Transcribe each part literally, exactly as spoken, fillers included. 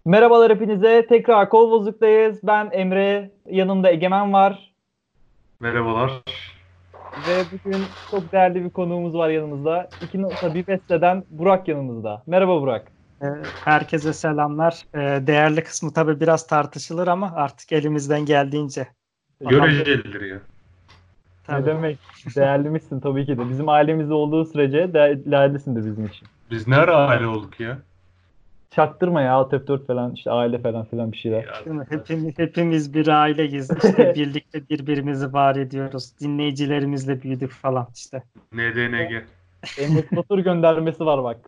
Merhabalar hepinize. Tekrar Kol Bozuk'tayız. Ben Emre. Yanımda Egemen var. Merhabalar. Ve bugün çok değerli bir konuğumuz var yanımızda. İki nokta bir Beste'den Burak yanımızda. Merhaba Burak. Ee, Herkese selamlar. Ee, Değerli kısmı tabii biraz tartışılır ama artık elimizden geldiğince. Bakalım. Görecelidir ya. Ne Tabii. demek? Değerlimizsin tabii ki de. Bizim ailemizde olduğu sürece değerlisindir bizim için. Biz ne ara aile olduk ya? Çaktırma ya. Alt F dört falan işte aile falan filan bir şeyler. Ya, Değil mi? Hepimiz, hepimiz bir aileyiz. İşte birlikte birbirimizi var ediyoruz. Dinleyicilerimizle büyüdük falan işte. N D N G. Emre Batur göndermesi var bak.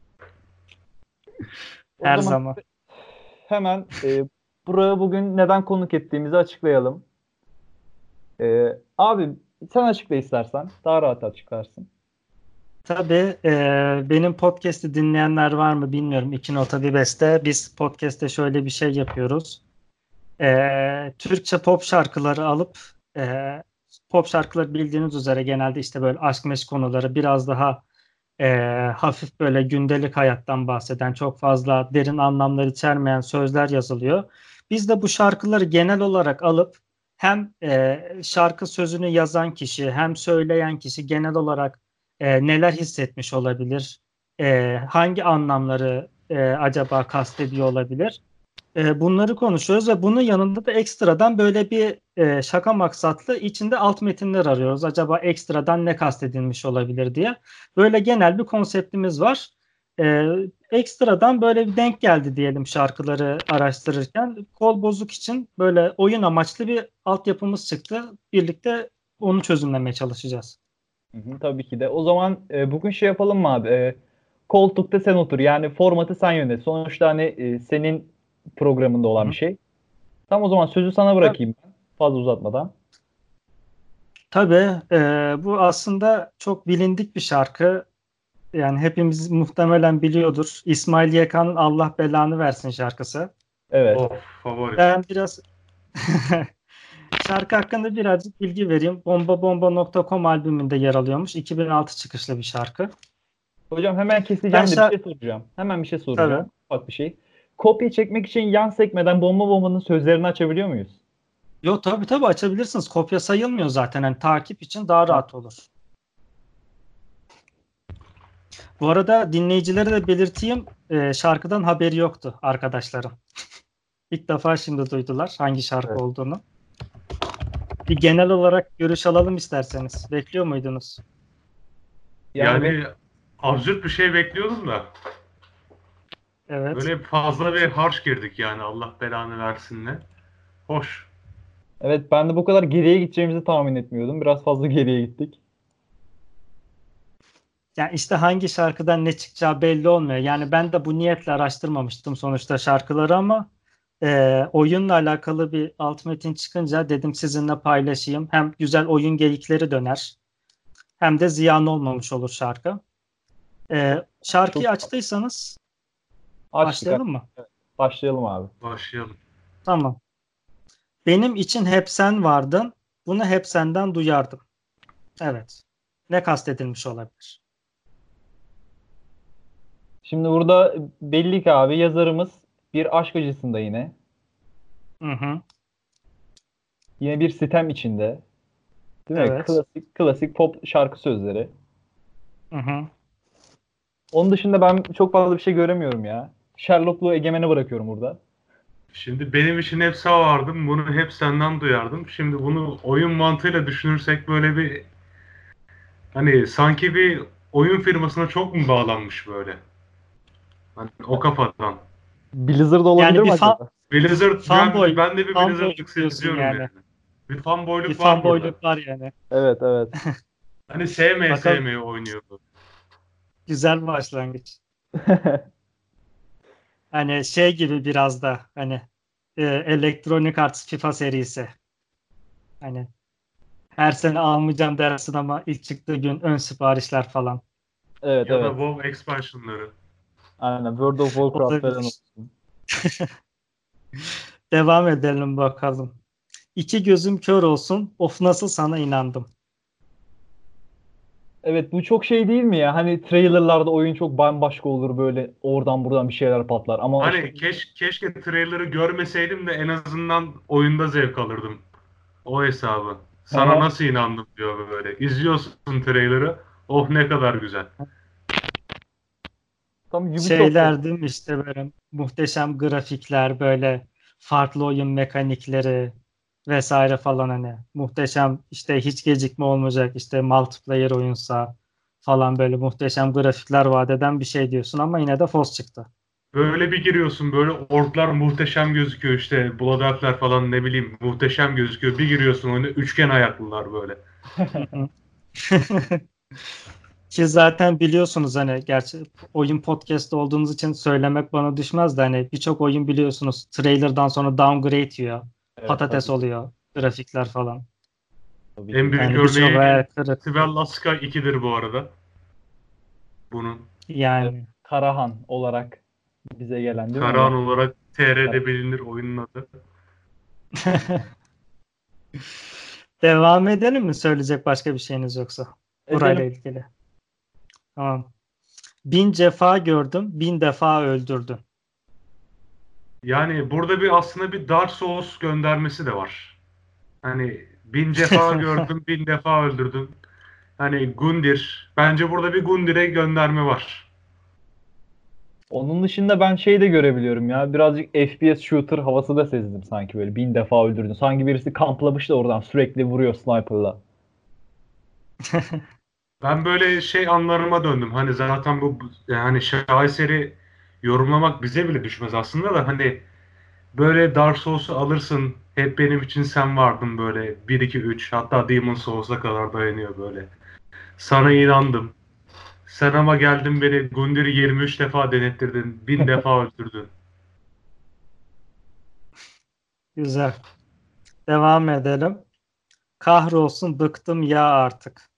O Her zaman zaman. hemen e, Burak'ı bugün neden konuk ettiğimizi açıklayalım. E, abi sen açıkla istersen. Daha rahat açıklarsın. Tabii e, benim podcast'i dinleyenler var mı bilmiyorum. İki Nota Bir Beste. Biz podcast'te şöyle bir şey yapıyoruz. E, Türkçe pop şarkıları alıp e, pop şarkıları bildiğiniz üzere genelde işte böyle aşk meşk konuları biraz daha e, hafif böyle gündelik hayattan bahseden çok fazla derin anlamlar içermeyen sözler yazılıyor. Biz de bu şarkıları genel olarak alıp hem e, şarkı sözünü yazan kişi hem söyleyen kişi genel olarak e, neler hissetmiş olabilir, e, hangi anlamları e, acaba kastediyor olabilir? E, bunları konuşuyoruz ve bunun yanında da ekstradan böyle bir e, şaka maksatlı içinde alt metinler arıyoruz. Acaba ekstradan ne kastedilmiş olabilir diye. Böyle genel bir konseptimiz var. E, ekstradan böyle bir denk geldi diyelim şarkıları araştırırken. Kol bozuk için böyle oyun amaçlı bir altyapımız çıktı. Birlikte onu çözümlemeye çalışacağız. Hı hı, tabii ki de. O zaman e, bugün şey yapalım mı abi? E, koltukta sen otur. Yani formatı sen yönet. Sonuçta hani e, senin programında Hı olan bir hı. şey. Tamam o zaman sözü sana bırakayım ben. Fazla uzatmadan. Tabii e, bu aslında çok bilindik bir şarkı. Yani hepimiz muhtemelen biliyordur. İsmail Y K'nın Allah Belanı Versin şarkısı. Evet. Of, favorim. Ben biraz şarkı hakkında birazcık bilgi vereyim. bomba bomba nokta com albümünde yer alıyormuş. iki bin altı çıkışlı bir şarkı. Hocam hemen Ben keseceğim de bir şarkı şey soracağım. Hemen bir şey tabii. soracağım. Bak bir şey. Kopya çekmek için yan sekmeden bomba bombanın sözlerini açabiliyor muyuz? Yo tabii tabii açabilirsiniz. Kopya sayılmıyor zaten. Yani takip için daha Ha, rahat olur. Bu arada dinleyicilere de belirteyim. e, şarkıdan haberi yoktu arkadaşlarım. İlk defa şimdi duydular hangi şarkı evet. olduğunu. Bir genel olarak görüş alalım isterseniz. Bekliyor muydunuz? Yani ben Yani absürt bir şey bekliyordum da. Evet. Böyle fazla bir harç girdik yani Allah belanı versinle. Hoş. evet ben de bu kadar geriye gideceğimizi tahmin etmiyordum. Biraz fazla geriye gittik. Yani işte hangi şarkıdan ne çıkacağı belli olmuyor. Yani ben de bu niyetle araştırmamıştım sonuçta şarkıları ama e, oyunla alakalı bir alt metin çıkınca dedim sizinle paylaşayım. Hem güzel oyun geyikleri döner hem de ziyan olmamış olur şarkı. E, Çok şarkıyı açtıysanız açtık. başlayalım mı? Evet, başlayalım abi. Başlayalım. Tamam. Benim için hep sen vardın. Bunu hep senden duyardım. Evet. Ne kastedilmiş olabilir? Şimdi burada belli ki abi yazarımız bir aşk acısında yine. Hı hı. Yine bir sitem içinde. Değil mi? Evet. Klasik klasik pop şarkı sözleri. Hı hı. Onun dışında ben çok fazla bir şey göremiyorum ya. Sherlock'luğu Egemen'e bırakıyorum burada. Şimdi benim için hep sağ vardım. Bunu hep senden duyardım. Şimdi bunu oyun mantığıyla düşünürsek böyle bir hani sanki bir oyun firmasına çok mu bağlanmış böyle? Hani o kafadan. Blizzard olabilir Yani mi bir fan, acaba? Blizzard, ben, fanboy ben de bir Blizzard'lık fanboyluk diyorsun seziyorum yani. yani. Bir Bir fanboyluk var burada. fanboyluk var yani. Evet evet. Hani sevmeye Bakalım sevmeye oynuyordu. güzel bir başlangıç. Hani şey gibi biraz da hani e, Electronic Arts FIFA serisi. Hani her sene almayacağım dersin ama ilk çıktığı gün ön siparişler falan. Evet Ya da evet. WoW expansionları. Aynen World of Warcraft falan Olabilir. olsun. Devam edelim bakalım. İki gözüm kör olsun. Of nasıl sana inandım. Evet, bu çok şey değil mi ya? Hani trailerlarda oyun çok bambaşka olur, böyle oradan buradan bir şeyler patlar. Ama işte Hani keş, keşke trailer'ı görmeseydim de en azından oyunda zevk alırdım. O hesabı. Sana nasıl inandım diyor böyle. İzliyorsun trailer'ı. Oh ne kadar güzel. tam Ubisoft Şeyler oldu. değil mi işte böyle muhteşem grafikler, böyle farklı oyun mekanikleri vesaire falan, hani muhteşem, işte hiç gecikme olmayacak, işte multiplayer oyunsa falan, böyle muhteşem grafikler vaat eden bir şey diyorsun ama yine de fos çıktı. Böyle bir giriyorsun böyle orklar muhteşem gözüküyor işte Bloodhark'lar falan ne bileyim muhteşem gözüküyor. Bir giriyorsun oyuna üçgen ayaklılar böyle. Hı hı. Ki zaten biliyorsunuz, hani gerçi oyun podcast olduğunuz için söylemek bana düşmez de, hani birçok oyun biliyorsunuz trailer'dan sonra downgrade yiyor. Evet, Patates tabii ki. oluyor. Grafikler falan. Tabii En ki. büyük Yani birçok örneği hayal kırık. Sibel ikidir bu arada. Bunun. Evet, Yani Karahan olarak bize gelen değil mi o Karahan da? olarak T R'de Karahan. bilinir oyunun adı. devam edelim mi? Söyleyecek başka bir şeyiniz yoksa. Burayla Edelim. ilgili. Tamam. Bin cefa gördüm, bin defa öldürdüm. Yani burada bir aslında bir Dark Souls göndermesi de var. Hani bin defa gördüm, bin defa öldürdüm. Hani Gundir. Bence burada bir Gundir'e gönderme var. Onun dışında ben şey de görebiliyorum ya. Birazcık F P S shooter havası da sezdim sanki böyle. Bin defa öldürdün. Sanki birisi kamplamış da oradan sürekli vuruyor sniper'la. Ben böyle şey anlarıma döndüm. Hani zaten bu yani şaheseri yorumlamak bize bile düşmez aslında da hani böyle Dark Souls'u alırsın. Hep benim için sen vardın böyle. Bir iki üç hatta Demon Souls'a kadar dayanıyor böyle. Sana inandım. Sen ama geldin beni Gundir'i yirmi üç defa denettirdin. Bin defa öldürdün. Güzel. Devam edelim. Kahrolsun, bıktım ya artık.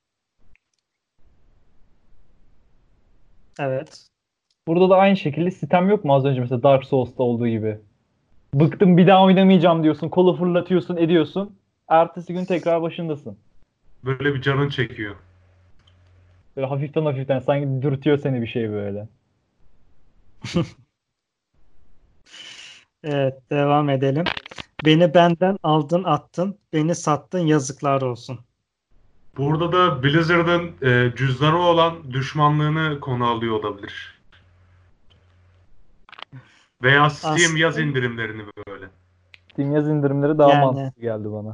Evet. Burada da aynı şekilde sistem yok mu az önce mesela Dark Souls'ta olduğu gibi? Bıktım bir daha oynamayacağım diyorsun. Kolu fırlatıyorsun ediyorsun. Ertesi gün tekrar başındasın. Böyle bir canın çekiyor. Böyle hafiften hafiften sanki dürtüyor seni bir şey böyle. Evet, devam edelim. Beni benden aldın attın, beni sattın, yazıklar olsun. Burada da Blizzard'ın e, cüzdanı olan düşmanlığını konu alıyor olabilir. Veya Steam yaz Aslında indirimlerini böyle. Steam yaz indirimleri daha yani mantıklı geldi bana.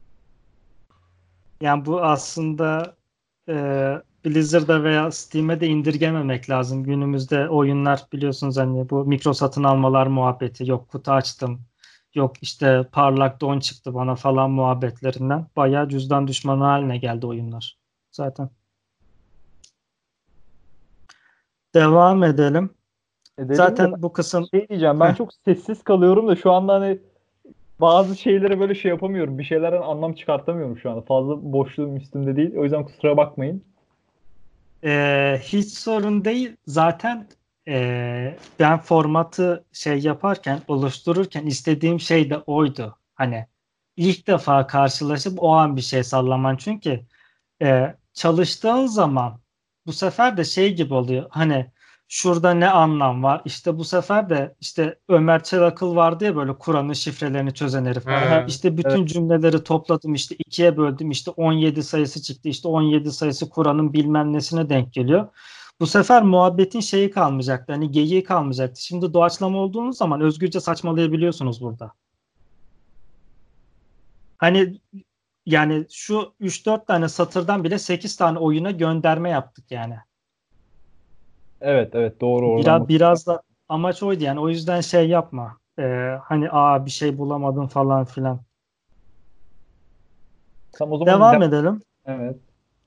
yani bu aslında e, Blizzard'a veya Steam'e de indirgememek lazım. Günümüzde oyunlar biliyorsunuz, hani bu mikro satın almalar muhabbeti, yok kutu açtım, yok işte parlak don çıktı bana falan muhabbetlerinden bayağı cüzdan düşmanı haline geldi oyunlar. Zaten. Devam edelim. Edelim de Zaten bu kısım şey diyeceğim, ben heh, çok sessiz kalıyorum da şu anda hani bazı şeylere böyle şey yapamıyorum. Bir şeylerden anlam çıkartamıyorum şu anda. Fazla boşluğum üstümde değil. O yüzden kusura bakmayın. Ee, hiç sorun değil. Zaten ee, ben formatı şey yaparken, oluştururken istediğim şey de oydu. Hani ilk defa karşılaşıp o an bir şey sallaman. Çünkü ee, çalıştığın zaman bu sefer de şey gibi oluyor. Hani şurada ne anlam var? İşte bu sefer de işte Ömer Çelakıl vardı ya, böyle Kur'an'ın şifrelerini çözen herif. Aha, He. İşte evet. bütün cümleleri topladım, işte ikiye böldüm, işte on yedi sayısı çıktı, işte on yedi sayısı Kur'an'ın bilmem nesine denk geliyor. Bu sefer muhabbetin şeyi kalmayacaktı, hani geyiği kalmayacaktı. Şimdi doğaçlama olduğunuz zaman özgürce saçmalayabiliyorsunuz burada. Hani yani şu üç dört tane satırdan bile sekiz tane oyuna gönderme yaptık yani. Evet, evet, doğru, oradan Biraz bak. biraz da amaç oydu yani. O yüzden şey yapma. Ee, hani aa bir şey bulamadım falan filan. Tam o zaman de- Devam edelim. evet.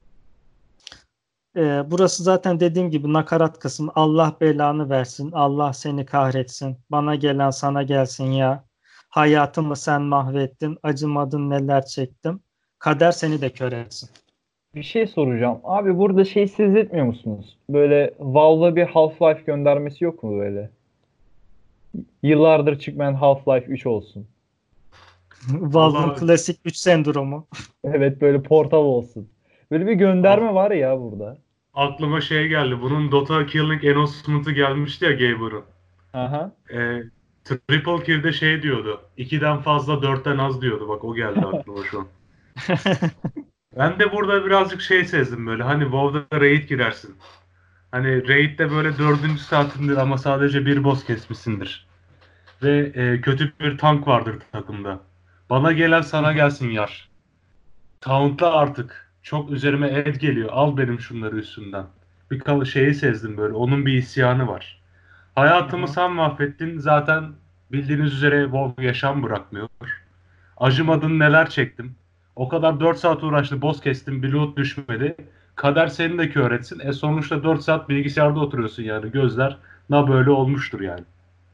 Ee, burası zaten dediğim gibi nakarat kısmı. Allah belanı versin. Allah seni kahretsin. Bana gelen sana gelsin ya. Hayatımı sen mahvettin. Acımadın neler çektim. Kader seni de kör etsin. Bir şey soracağım. Abi burada şey hissetmiyor musunuz? Böyle Valve'a bir Half-Life göndermesi yok mu böyle? Yıllardır çıkmayan Half-Life üç olsun. Valve'ın Valla klasik üç sendromu. Evet, böyle portal olsun. Böyle bir gönderme var ya burada. Aklıma şey geldi. Bunun Dota Killing Enhancement'ı gelmişti ya Gamer'ın. Aha. E, Triple Kill'de şey diyordu. ikiden fazla dörtten az diyordu. Bak o geldi aklıma şu an. Ben de burada birazcık şey sezdim böyle. Hani WoW'da raid girersin. Hani raid'de böyle dördüncü saatindir ama sadece bir boss kesmişsindir. Ve e, kötü bir tank vardır takımda. Bana gelen sana gelsin yar. Taunt'la artık. Çok üzerime ed geliyor. Al benim şunları üstümden. Bir kal şeyi sezdim böyle. Onun bir isyanı var. Hayatımı Aha. sen mahvettin. Zaten bildiğiniz üzere WoW yaşam bırakmıyor. Acımadın neler çektim. O kadar dört saat uğraştı. Boss kestim. Bir loot düşmedi. Kader seni de kör etsin. E sonuçta dört saat bilgisayarda oturuyorsun yani. Gözler na böyle olmuştur yani.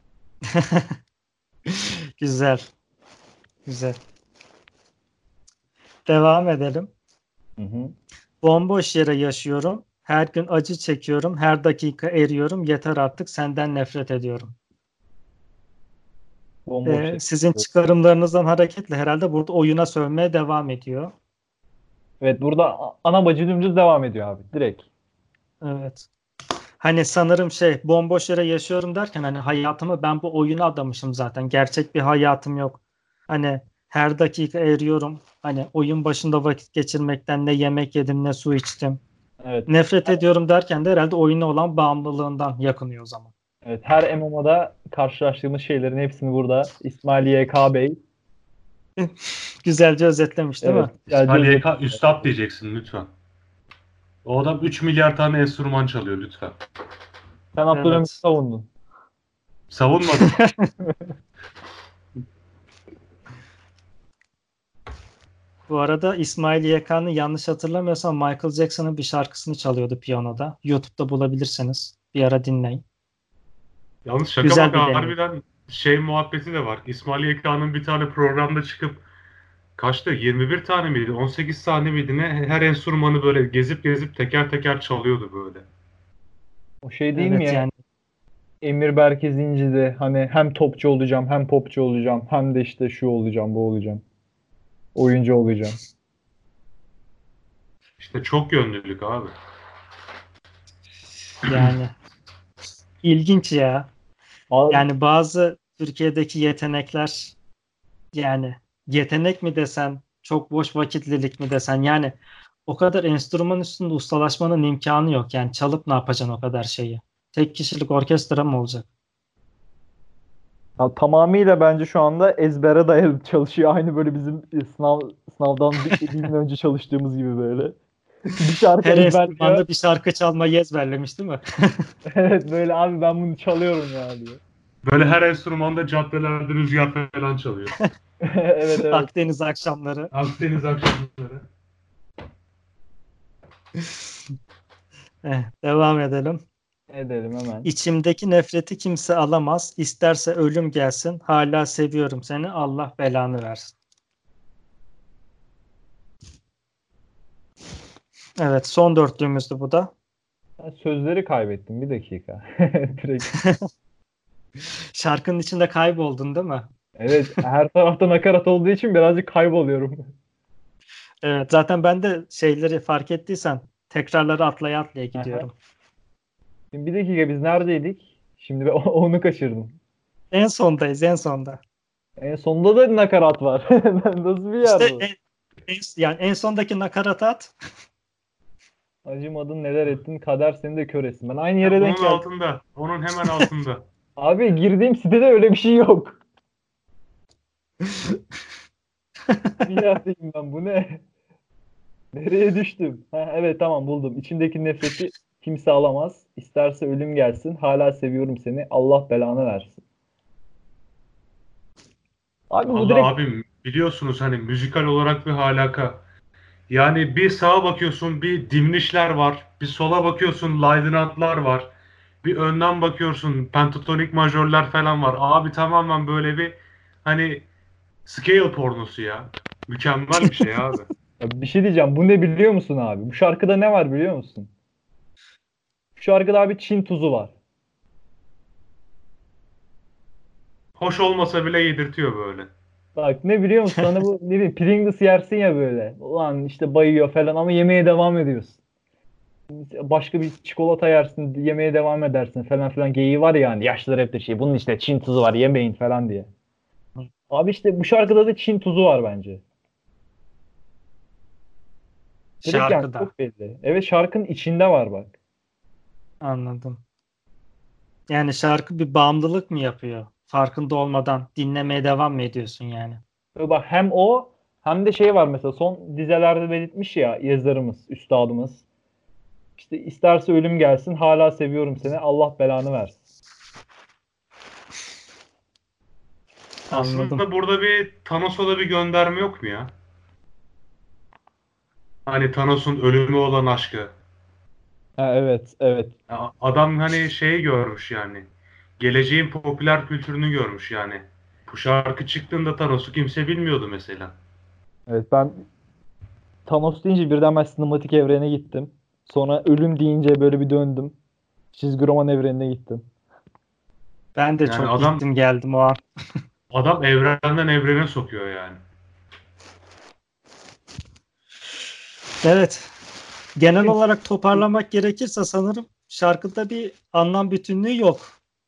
Güzel. Güzel. Devam edelim. Hı hı. Bomboş yere yaşıyorum. Her gün acı çekiyorum. Her dakika eriyorum. Yeter artık senden nefret ediyorum. Bomboş Ee, şey. sizin çıkarımlarınızdan hareketle herhalde burada oyuna sövmeye devam ediyor. Evet, burada a- ana bacı dümdüz devam ediyor abi. Direkt. Evet. Hani sanırım şey bomboş yere yaşıyorum derken hani hayatımı ben bu oyuna adamışım zaten. Gerçek bir hayatım yok. Hani her dakika eriyorum. Hani oyun başında vakit geçirmekten ne yemek yedim ne su içtim. Evet. Nefret ediyorum derken de herhalde oyuna olan bağımlılığından yakınıyor o zaman. Evet. Her M M O'da karşılaştığımız şeylerin hepsini burada İsmail Y K Bey, Güzelce özetlemiş değil evet, mi? güzelce İsmail özet. Y K üstad diyeceksin lütfen. O adam üç milyar tane enstrüman çalıyor lütfen. Sen Abdülhamit Evet. savundun. Savunmadım. Bu arada İsmail Y K'nın yanlış hatırlamıyorsam Michael Jackson'ın bir şarkısını çalıyordu piyanoda. YouTube'da bulabilirsiniz. Bir ara dinleyin. Yalnız şaka Güzel maka bir deneyim. harbiden şey muhabbeti de var. İsmail Y K'nın bir tane programda çıkıp kaçtı? yirmi bir tane miydi? on sekiz tane miydi ne? Her enstrümanı böyle gezip gezip teker teker çalıyordu böyle. O şey değil mi Evet ya? yani Emir Berke Zinci'de hani hem topçu olacağım hem popçu olacağım hem de işte şu olacağım bu olacağım. Oyuncu olacağım. İşte çok yönlülük abi. yani ilginç ya. Abi, Yani bazı Türkiye'deki yetenekler yani yetenek mi desen çok boş vakitlilik mi desen yani o kadar enstrüman üstünde ustalaşmanın imkanı yok. Yani çalıp ne yapacaksın o kadar şeyi? Tek kişilik orkestra mı olacak? ya tamamıyla bence şu anda ezbere dayalı çalışıyor. Aynı böyle bizim sınav sınavdan bir, bir gün önce çalıştığımız gibi böyle. Bir şarkı Her ezberliyor. enstrümanda bir şarkı çalmayı ezberlemiş değil mi? Evet, böyle abi ben bunu çalıyorum ya diyor. Böyle her enstrümanda caddelerde rüzgar falan çalıyor. Evet, evet. Akdeniz akşamları. Akdeniz akşamları. Eh, devam edelim. Edelim hemen. İçimdeki nefreti kimse alamaz. İsterse ölüm gelsin. Hala seviyorum seni. Allah belanı versin. Evet, son dörtlüğümüzdü bu da. Ben sözleri kaybettim bir dakika. Direkt. Şarkının içinde kayboldun değil mi? Evet, her tarafta nakarat olduğu için birazcık kayboluyorum. Evet, zaten ben de şeyleri fark ettiysen tekrarları atlaya atlaya Aha. gidiyorum. Şimdi bir dakika, biz neredeydik? Şimdi ben onu kaçırdım. En sondayız, en sonda. En sonunda da nakarat var. Nasıl bir yer İşte bu? en, en- yani en sondaki nakaratı at. Acımadın neler ettin, kader seni de kör etsin. Ben aynı Ya yere denk onun geldim. altında. Onun hemen altında. Abi girdiğim sitede öyle bir şey yok. Bir yerdeyim ben, bu ne? Nereye düştüm? Ha, evet, tamam, buldum. İçimdeki nefreti kimse alamaz. İsterse ölüm gelsin. Hala seviyorum seni. Allah belanı versin. Abi bu Allah direkt abim biliyorsunuz hani müzikal olarak bir alaka. Yani bir sağa bakıyorsun bir dimnişler var. Bir sola bakıyorsun Leidens'lar var. Bir önden bakıyorsun pentatonik majörler falan var. Abi tamamen böyle bir hani scale pornosu ya. Mükemmel bir şey abi. Ya bir şey diyeceğim. Bu ne biliyor musun abi? Bu şarkıda ne var biliyor musun? Bu şarkıda abi Çin tuzu var. Hoş olmasa bile yedirtiyor böyle. Bak ne biliyor musun? Sana bu ne bileyim Pringles yersin ya böyle. Ulan işte bayıyor falan ama yemeye devam ediyorsun. Başka bir çikolata yersin, yemeye devam edersin falan filan geyiği var ya hani yaşlılar hep de şey bunun işte Çin tuzu var yemeyin falan diye. Abi işte bu şarkıda da Çin tuzu var bence. Direkt yani Şarkıda. çok belli. Evet şarkının içinde var bak. Anladım. Yani şarkı bir bağımlılık mı yapıyor? Farkında olmadan dinlemeye devam mı ediyorsun yani? Ve bak hem o hem de şey var mesela son dizelerde belirtmiş ya yazarımız, üstadımız. İşte isterse ölüm gelsin hala seviyorum seni Allah belanı versin. Anladım. Aslında burada bir Thanos'a da bir gönderme yok mu ya? Hani Thanos'un ölümü olan aşkı. Ha, evet evet. Ya adam hani şeyi görmüş yani. Geleceğin popüler kültürünü görmüş yani. Bu şarkı çıktığında Thanos'u kimse bilmiyordu mesela. Evet ben Thanos deyince birden ben sinematik evrene gittim. Sonra ölüm deyince böyle bir döndüm. Çizgi roman evrenine gittim. Ben de Yani çok adam gittim geldim o an. adam evrenden evrene sokuyor yani. Evet. Genel olarak toparlamak gerekirse sanırım şarkıda bir anlam bütünlüğü yok.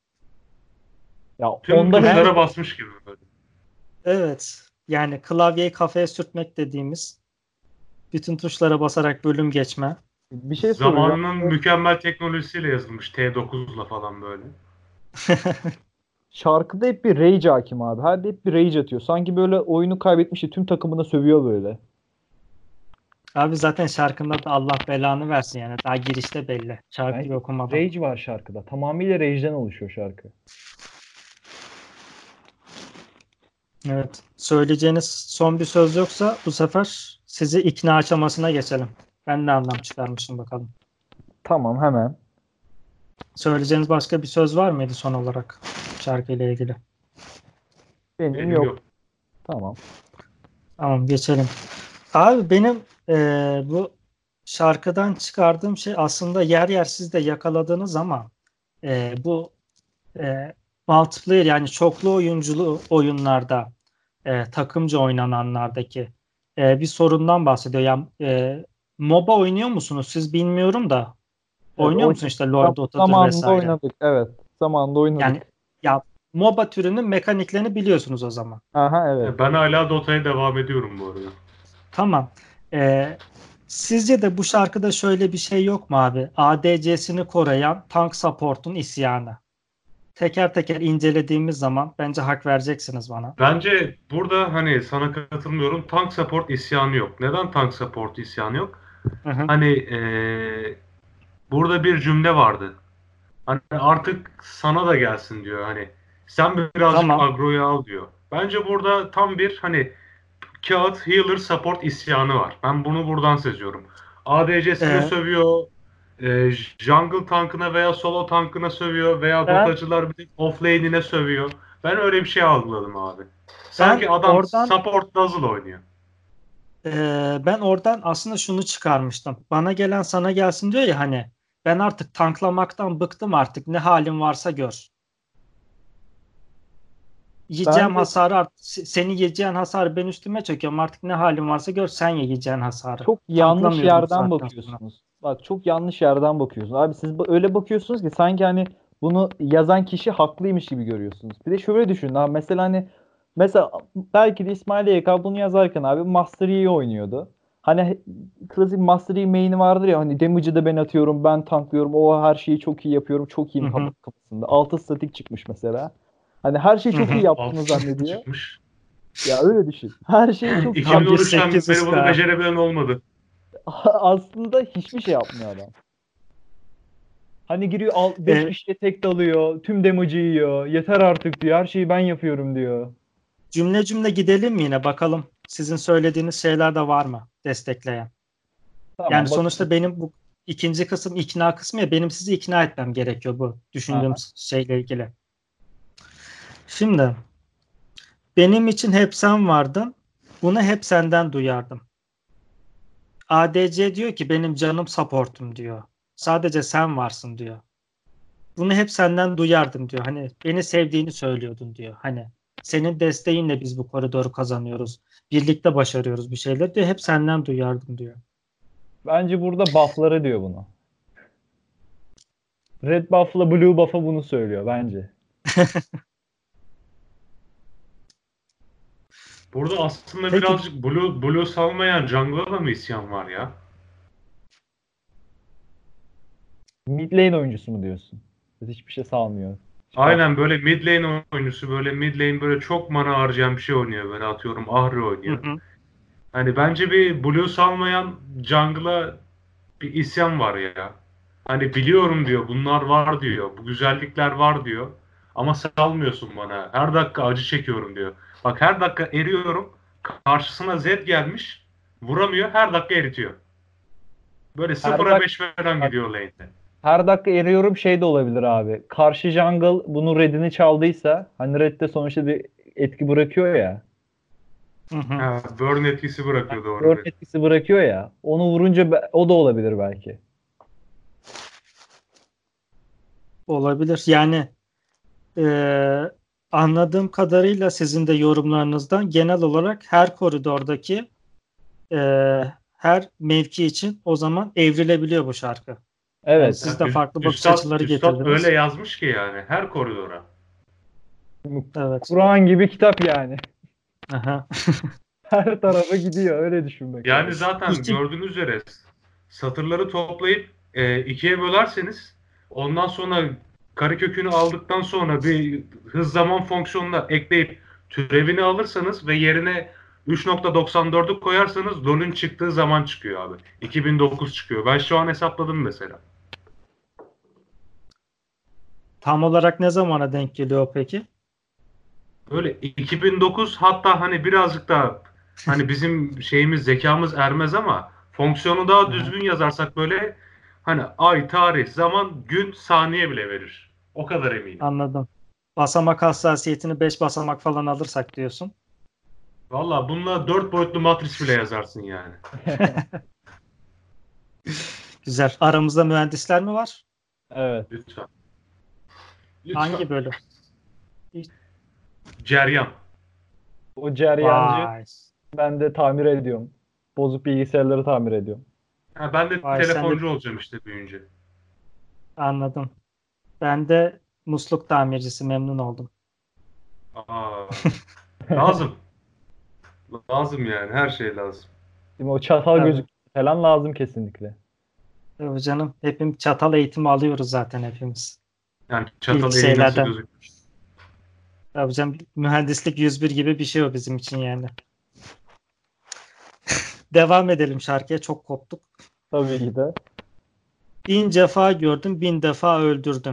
Ya Tüm onda hem Her tuşlara basmış gibi böyle. evet. Yani klavyeyi kafaya sürtmek dediğimiz bütün tuşlara basarak bölüm geçme. bir şey soracağım. Zamanının mükemmel teknolojisiyle yazılmış T dokuzla falan böyle. Şarkıda hep bir rage hakim abi. Her hep bir rage atıyor. Sanki böyle oyunu kaybetmiş de tüm takımına sövüyor böyle. Abi zaten şarkının adı Allah belanı versin yani. Daha girişte belli. Şarkıyı Yani okumadan. rage var şarkıda. Tamamıyla rage'den oluşuyor şarkı. Evet. Söyleyeceğiniz son bir söz yoksa bu sefer sizi ikna aşamasına geçelim. Ben de anlam çıkarmışım bakalım. Tamam hemen. Söyleyeceğiniz başka bir söz var mıydı son olarak şarkıyla ilgili? Benim Benim yok. yok. Tamam. Tamam geçelim. Abi benim eee, bu şarkıdan çıkardığım şey aslında yer yer siz de yakaladığınız ama eee, bu eee multiplayer yani çoklu oyunculu oyunlarda eee, takımca oynananlardaki eee, bir sorundan bahsediyor. Yani eee, MOBA oynuyor musunuz? Siz bilmiyorum da Evet, oynuyor o musun işte LoL, Dota'dır zamanında vesaire. oynadık. Evet. Zamanında Yani oynadık. ya MOBA türünün mekaniklerini biliyorsunuz o zaman. Aha evet. Ben hala Dota'ya devam ediyorum bu arada. Tamam. Ee, sizce de bu şarkıda şöyle bir şey yok mu abi? A D C'sini koruyan tank support'un isyanı. Teker teker incelediğimiz zaman bence hak vereceksiniz bana. Bence burada hani sana katılmıyorum. Tank support isyanı yok. Neden tank support isyanı yok? Hı hı. Hani eee, burada bir cümle vardı. Hani artık sana da gelsin diyor. Hani sen birazcık Tamam. agroyu al diyor. Bence burada tam bir hani kağıt healer support isyanı var. Ben bunu buradan seziyorum. A D C'sine Ee, sövüyor. E, jungle tankına veya solo tankına sövüyor veya ben dotacılar bir tek offlane'ine sövüyor. Ben öyle bir şey algıladım abi. ben Sanki adam oradan support Dazzle oynuyor. e, ben oradan aslında şunu çıkarmıştım. Bana gelen sana gelsin diyor ya hani ben artık tanklamaktan bıktım artık ne halin varsa gör. Ben Yiyeceğim de hasarı art- se- seni yiyeceğin hasarı ben üstüme çekiyorum. Artık ne halin varsa gör sen ye yiyeceğin hasarı. çok yanlış Tanklamıyorum bu yerden saatten sonra. bakıyorsunuz. Bak çok yanlış yerden bakıyorsunuz. Abi siz bu- öyle bakıyorsunuz ki sanki hani bunu yazan kişi haklıymış gibi görüyorsunuz. Bir de şöyle düşünün abi mesela hani mesela belki de İsmail Y K bunu yazarken abi Master Yi oynuyordu. Hani klasik Master Yi main'i vardır ya hani damage'ı da ben atıyorum, ben tanklıyorum, o her şeyi çok iyi yapıyorum, çok Hı iyiyim hı, kafasında. Altı statik çıkmış mesela. Hani her şeyi hı çok iyi hı. yaptığını Altı zannediyor. çıkmış. Ya öyle düşün. Her şeyi çok iyi Tam bir yapıyor. iki bin on üçten beri bunu sekiz yüz K. becerebilen olmadı. Aslında hiçbir şey yapmıyor adam. Hani giriyor beş E, kişiye tek dalıyor. Tüm damage'ı yiyor. Yeter artık diyor. Her şeyi ben yapıyorum diyor. cümle cümle gidelim mi yine bakalım. Sizin söylediğiniz şeyler de var mı destekleyen? Yani Tamam bakalım. sonuçta benim bu ikinci kısım ikna kısmı ya benim sizi ikna etmem gerekiyor bu düşündüğüm Aha. şeyle ilgili. Şimdi benim için hep sen vardın. Bunu hep senden duyardım. A D C diyor ki benim canım supportum diyor. Sadece sen varsın diyor. Bunu hep senden duyardım diyor. Hani beni sevdiğini söylüyordun diyor. Hani senin desteğinle biz bu koridoru kazanıyoruz. Birlikte başarıyoruz bir şeyler diyor. Hep senden duyardım diyor. Bence burada buff'ları diyor bunu. Red buff'la blue buff'a bunu söylüyor bence. Burada aslında Peki birazcık Blue, Blue salmayan jungle'a da mı isyan var ya? Mid lane oyuncusu mu diyorsun? Hiçbir şey salmıyor. Hiç buff- Aynen böyle mid lane oyuncusu, böyle mid lane böyle çok mana harcayan bir şey oynuyor. Böyle atıyorum Ahri hı oynuyor. hı, Hani bence bir Blue salmayan jungle'a bir isyan var ya. Hani biliyorum diyor, bunlar var diyor, bu güzellikler var diyor. Ama salmıyorsun bana. Her dakika acı çekiyorum diyor. Bak her dakika eriyorum. Karşısına Zed gelmiş. Vuramıyor. Her dakika eritiyor. Böyle her sıfıra dakika beş falan gidiyor lane'de. her dakika eriyorum şey de olabilir abi. Karşı jungle bunun redini çaldıysa hani redde sonuçta bir etki bırakıyor ya. hı hı. Ha, burn etkisi bırakıyor doğru. Burn Red. etkisi bırakıyor ya. Onu vurunca be- o da olabilir belki. Olabilir. Yani Ee, anladığım kadarıyla sizin de yorumlarınızdan genel olarak her koridordaki e, her mevki için o zaman evrilebiliyor bu şarkı. Yani Evet. siz Ya, de ü- farklı bakış üstad, açıları üstad öyle getirdiniz. yazmış ki yani her koridora. Evet. Kur'an gibi kitap yani. Aha. Her tarafa gidiyor. Öyle düşünmek Yani lazım. zaten İki, gördüğünüz üzere satırları toplayıp e, ikiye bölerseniz ondan sonra karekökünü aldıktan sonra bir hız zaman fonksiyonuna ekleyip türevini alırsanız ve yerine üç nokta doksan dördü koyarsanız LoL'ün çıktığı zaman çıkıyor abi. iki bin dokuz çıkıyor. Ben şu an hesapladım mesela. tam olarak ne zamana denk geliyor peki? Öyle iki bin dokuz, hatta hani birazcık daha hani bizim şeyimiz zekamız ermez ama fonksiyonu daha Aha, düzgün yazarsak böyle hani ay, tarih, zaman, gün, saniye bile verir. O kadar eminim. anladım. Basamak hassasiyetini beş basamak falan alırsak diyorsun. Valla bununla dört boyutlu matris bile yazarsın yani. Güzel. Aramızda mühendisler mi var? Evet. Lütfen. Lütfen. Hangi bölüm? Ceryan. O ceryancı Vay. ben de tamir ediyorum. Bozuk bilgisayarları tamir ediyorum. Ha, ben de Vay sen de telefoncu olacağım işte büyüyünce. anladım. Ben de musluk tamircisi memnun oldum. Aa, lazım. Lazım yani, her şey lazım. Değil mi? O çatal Tabii. gözük falan lazım kesinlikle. Tabii canım. Hepimiz çatal eğitimi alıyoruz zaten hepimiz. Yani İlk çatal iyi nasıl şeylerden. gözüküyor? Tabii canım. Mühendislik yüz bir gibi bir şey o bizim için yani. Devam edelim şarkıya. Çok koptuk. Tabii ki de. Bin cefa gördüm, bin defa öldürdüm.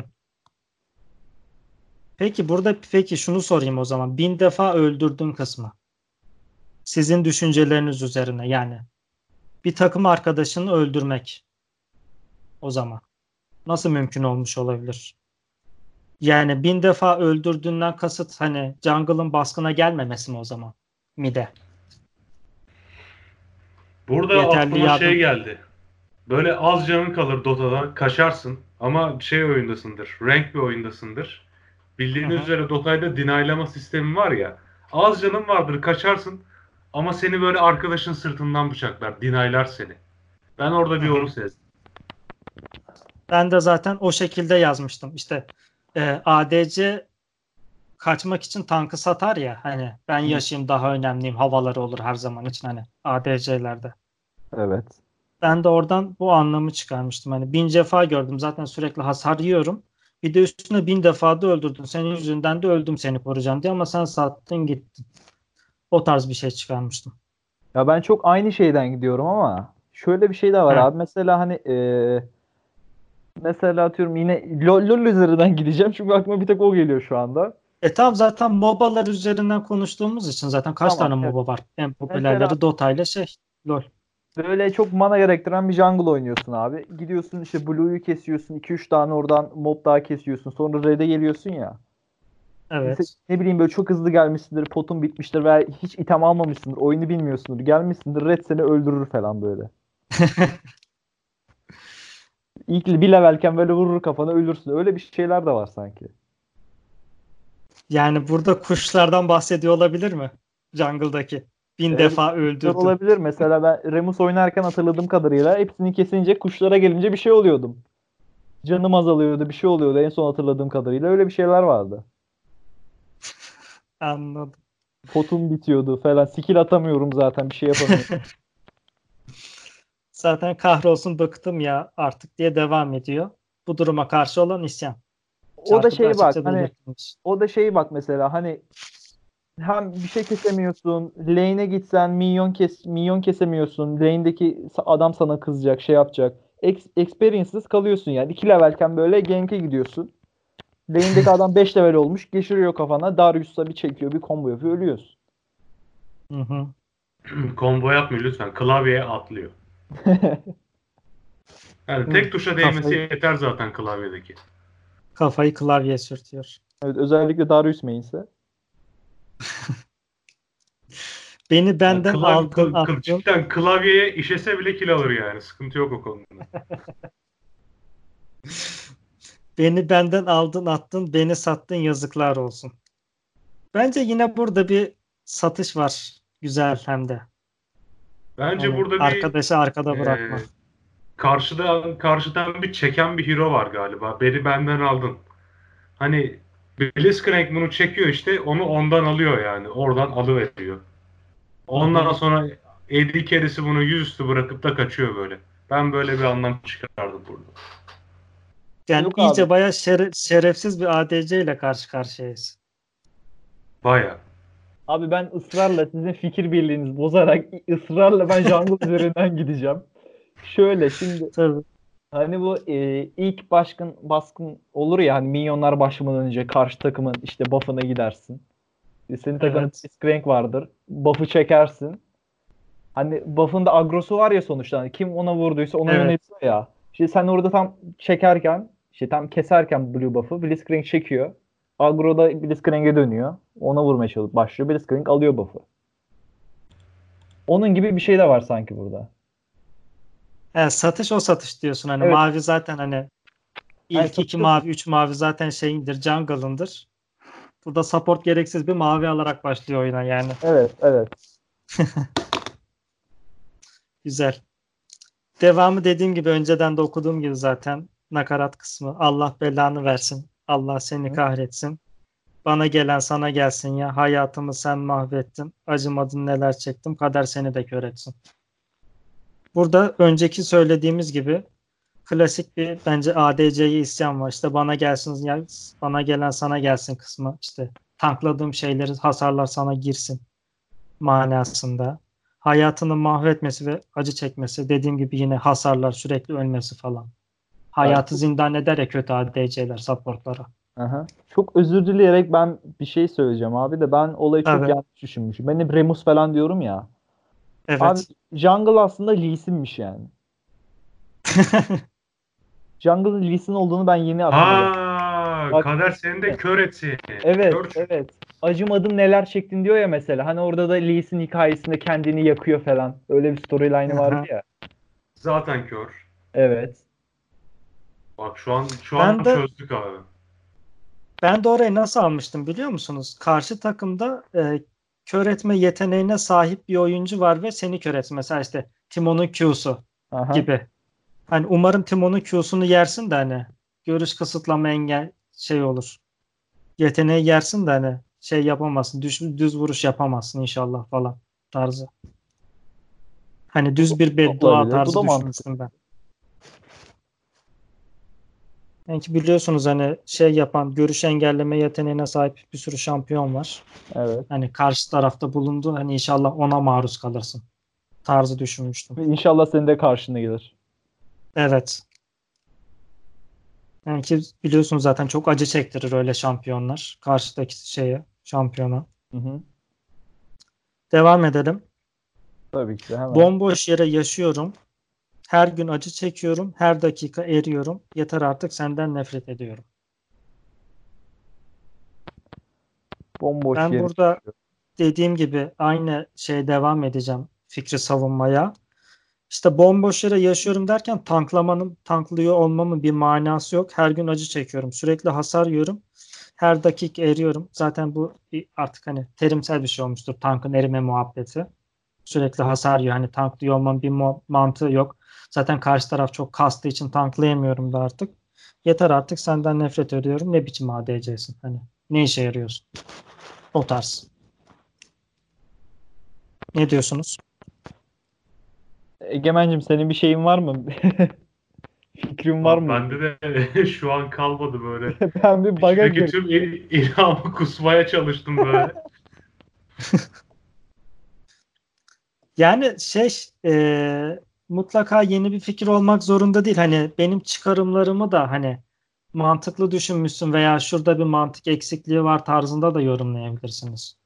Peki burada peki şunu sorayım o zaman. Bin defa öldürdün kısmı. Sizin düşünceleriniz üzerine yani. Bir takım arkadaşını öldürmek o zaman. Nasıl mümkün olmuş olabilir? Yani bin defa öldürdüğünden kasıt hani jungle'ın baskına gelmemesi mi o zaman? Mide. Burada Yeterli aklıma şey yardım. geldi. Böyle az canın kalır Dota'da, kaçarsın ama şey oyundasındır, rank bir oyundasındır. Hı Bildiğiniz hı. üzere Dota'da deny'lama sistemi var ya. Az canın vardır, kaçarsın ama seni böyle arkadaşın sırtından bıçaklar, deny'lar seni. Ben orada Hı bir onu hı. sezdim. Ben de zaten o şekilde yazmıştım. İşte e, A D C kaçmak için tankı satar ya hani ben Hı. yaşayayım daha önemliyim havaları olur her zaman için hani A D C'lerde. Evet. Ben de oradan bu anlamı çıkarmıştım. Hani bin defa gördüm zaten sürekli hasar yiyorum. Bir de üstüne bin defa da öldürdün. Senin yüzünden de öldüm seni koruyacağım diye ama sen sattın gittin. O tarz bir şey çıkarmıştım. Ya ben çok aynı şeyden gidiyorum ama şöyle bir şey de var Heh. abi. Mesela hani eee, mesela atıyorum yine LoL, LoL üzerinden gideceğim çünkü aklıma bir tek o geliyor şu anda. E tamam zaten MOBA'lar üzerinden konuştuğumuz için zaten kaç Tamam. tane Evet. MOBA var? En Mesela popülerleri Dota ile şey LoL. böyle çok mana gerektiren bir jungle oynuyorsun abi. Gidiyorsun işte Blue'yu kesiyorsun. iki üç tane oradan mob daha kesiyorsun. Sonra red'e geliyorsun ya. Mesela Evet. ne bileyim böyle çok hızlı gelmişsindir. Potun bitmiştir veya hiç item almamışsındır. Oyunu bilmiyorsundur. Gelmişsindir. Red seni öldürür falan böyle. İlk bir levelken böyle vurur kafana ölürsün. Öyle bir şeyler de var sanki. Yani burada kuşlardan bahsediyor olabilir mi? Jungle'daki. Bin Evet, defa kuşlar öldürdüm. olabilir. Mesela ben Remus oynarken hatırladığım kadarıyla hepsini kesince kuşlara gelince bir şey oluyordum. Canım azalıyordu, bir şey oluyordu. En son hatırladığım kadarıyla öyle bir şeyler vardı. Anladım. Potum bitiyordu falan. Skill atamıyorum zaten. Bir şey yapamıyorum. Zaten kahrolsun bıktım ya artık diye devam ediyor. Bu duruma karşı olan isyan. O da Şarkıda şey bak açıkça hani belirtilmiş. o da şey bak mesela hani hem bir şey kesemiyorsun. Lane'e gitsen minyon kes minyon kesemiyorsun. Lane'deki sa- adam sana kızacak, şey yapacak. Ex experience'sız kalıyorsun yani. iki levelken böyle gank'e gidiyorsun. Lane'deki adam beş level olmuş. Geçiriyor kafana. Darius'la bir çekiyor, bir combo yapıyor, ölüyorsun. Hı hı. Combo yapmıyor lütfen. Klavyeye atlıyor. Yani tek tuşa değmesi Kafayı, yeter zaten klavyedeki. kafayı klavyeye sürtüyor. Evet, özellikle Darius main'se. Beni Yani benden klavye, aldın kl- kl- attın. cidden klavyeye işese bile kill alır yani. Sıkıntı yok o konuda. Beni benden aldın attın. Beni sattın yazıklar olsun. Bence yine burada bir satış var. Güzel hem de. Bence Hani burada bir arkadaşı arkada e, bırakma. karşıda karşıdan bir çeken bir hero var galiba. Beni benden aldın. Hani Blitzcrank bunu çekiyor işte. Onu ondan alıyor yani. Oradan alıveriyor. Hı Ondan hı. sonra A D carry'si bunu yüzüstü bırakıp da kaçıyor böyle. Ben böyle bir anlam çıkardım burada. Yani Yok abi. iyice bayağı şere- şerefsiz bir A D C ile karşı karşıyayız. Baya. Abi ben ısrarla sizin fikir birliğinizi bozarak ısrarla ben jungle üzerinden gideceğim. Şöyle şimdi Tabii. hani bu e, ilk baskın baskın olur ya hani minyonlar başlamadan önce karşı takımın işte buff'ına gidersin. E, Senin takımda Evet. Blitzcrank vardır. Buff'ı çekersin. Hani buff'ın da agrosu var ya sonuçta. Hani kim ona vurduysa ona Evet. yöneliyor ya. İşte sen orada tam çekerken, işte tam keserken Blue buff'ı Blitzcrank çekiyor. Agro da Blitzcrank'e dönüyor. Ona vurmaya çalışıyor. Başlıyor. Blitzcrank alıyor buff'ı. Onun gibi bir şey de var sanki burada. Yani satış o satış diyorsun. Hani Evet. mavi zaten hani Hani ilk iki satıyorsun. mavi, üç mavi zaten şeyindir, jungle'ındır. Burada support gereksiz bir mavi alarak başlıyor oyuna yani. Evet, evet. Güzel. Devamı dediğim gibi önceden de okuduğum gibi zaten nakarat kısmı. Allah belanı versin. Allah seni Hı. kahretsin. Bana gelen sana gelsin ya. Hayatımı sen mahvettin. Acımadın neler çektim. Kader seni de kör etsin. Burada önceki söylediğimiz gibi klasik bir bence A D C'ye isyan var. İşte bana gelsin ya, bana gelen sana gelsin kısmı. İşte tankladığım şeyleri hasarlar sana girsin manasında. Hayatını mahvetmesi ve acı çekmesi. Dediğim gibi yine hasarlar, sürekli ölmesi falan. Ya Hayatı zindan eder ya kötü A D C'ler, supportlara. aha. Çok özür dileyerek ben bir şey söyleyeceğim abi de ben olayı çok Tabii. yanlış düşünmüşüm. Ben hep Remus falan diyorum ya. Abi Evet. Jungle aslında Lee Sin'miş yani. Jungle'ın Lee Sin olduğunu ben yeni aklıma geldi. Ha, Bak kader seni de kör etsin. evet, Kör çünkü. evet. Acımadım neler çektin diyor ya mesela. Hani orada da Lee Sin hikayesinde kendini yakıyor falan. Öyle bir storyline'ı vardı Aha. ya. Zaten kör. Evet. Bak şu an şu Ben an de çözdük abi. ben de orayı nasıl almıştım biliyor musunuz? Karşı takımda e, kör etme yeteneğine sahip bir oyuncu var ve seni kör etsin. Mesela işte Timon'un Q'su Aha. gibi. Hani umarım Timon'un Q'sunu yersin de hani görüş kısıtlama engel şey olur. Yeteneği yersin de hani şey yapamazsın. Düz, düz vuruş yapamazsın inşallah falan tarzı. Hani Bu da, düz bir bu da beddua olabilir. Bu tarzı da mantıklı. düşünmüştüm ben. Yani ki biliyorsunuz hani şey yapan görüş engelleme yeteneğine sahip bir sürü şampiyon var. Evet. Hani karşı tarafta bulundu. Hani inşallah ona maruz kalırsın tarzı düşünmüştüm. Ve İnşallah senin de karşına gelir. Evet. Yani ki biliyorsunuz zaten çok acı çektirir öyle şampiyonlar. Karşıdaki şeye, şampiyona. Hı hı. Devam edelim. Tabii ki de hemen. Bomboş yere yaşıyorum. Her gün acı çekiyorum. Her dakika eriyorum. Yeter artık senden nefret ediyorum. Bomboş Ben yeri. burada dediğim gibi aynı şeye devam edeceğim fikri savunmaya. İşte bomboş yere yaşıyorum derken tanklamanın, tanklıyor olmamın bir manası yok. Her gün acı çekiyorum. Sürekli hasar yiyorum. Her dakika eriyorum. Zaten bu artık hani terimsel bir şey olmuştur. Tankın erime muhabbeti. Sürekli hasar yiyor. Hani tanklıyor olmanın bir mu- mantığı yok. Zaten karşı taraf çok kastığı için tanklayamıyorum da artık. Yeter artık, senden nefret ediyorum. Ne biçim A D C'sin? Hani ne işe yarıyorsun? O tarz. Ne diyorsunuz? Egemen'cim senin bir şeyin var mı? Fikrin var Abi mı? bende de şu an kalmadı böyle. Ben bir baga İçimdeki girdim. tüm il- ilhamı kusmaya çalıştım böyle. Yani şey e, mutlaka yeni bir fikir olmak zorunda değil. Hani benim çıkarımlarımı da hani mantıklı düşünmüşsün veya şurada bir mantık eksikliği var tarzında da yorumlayabilirsiniz.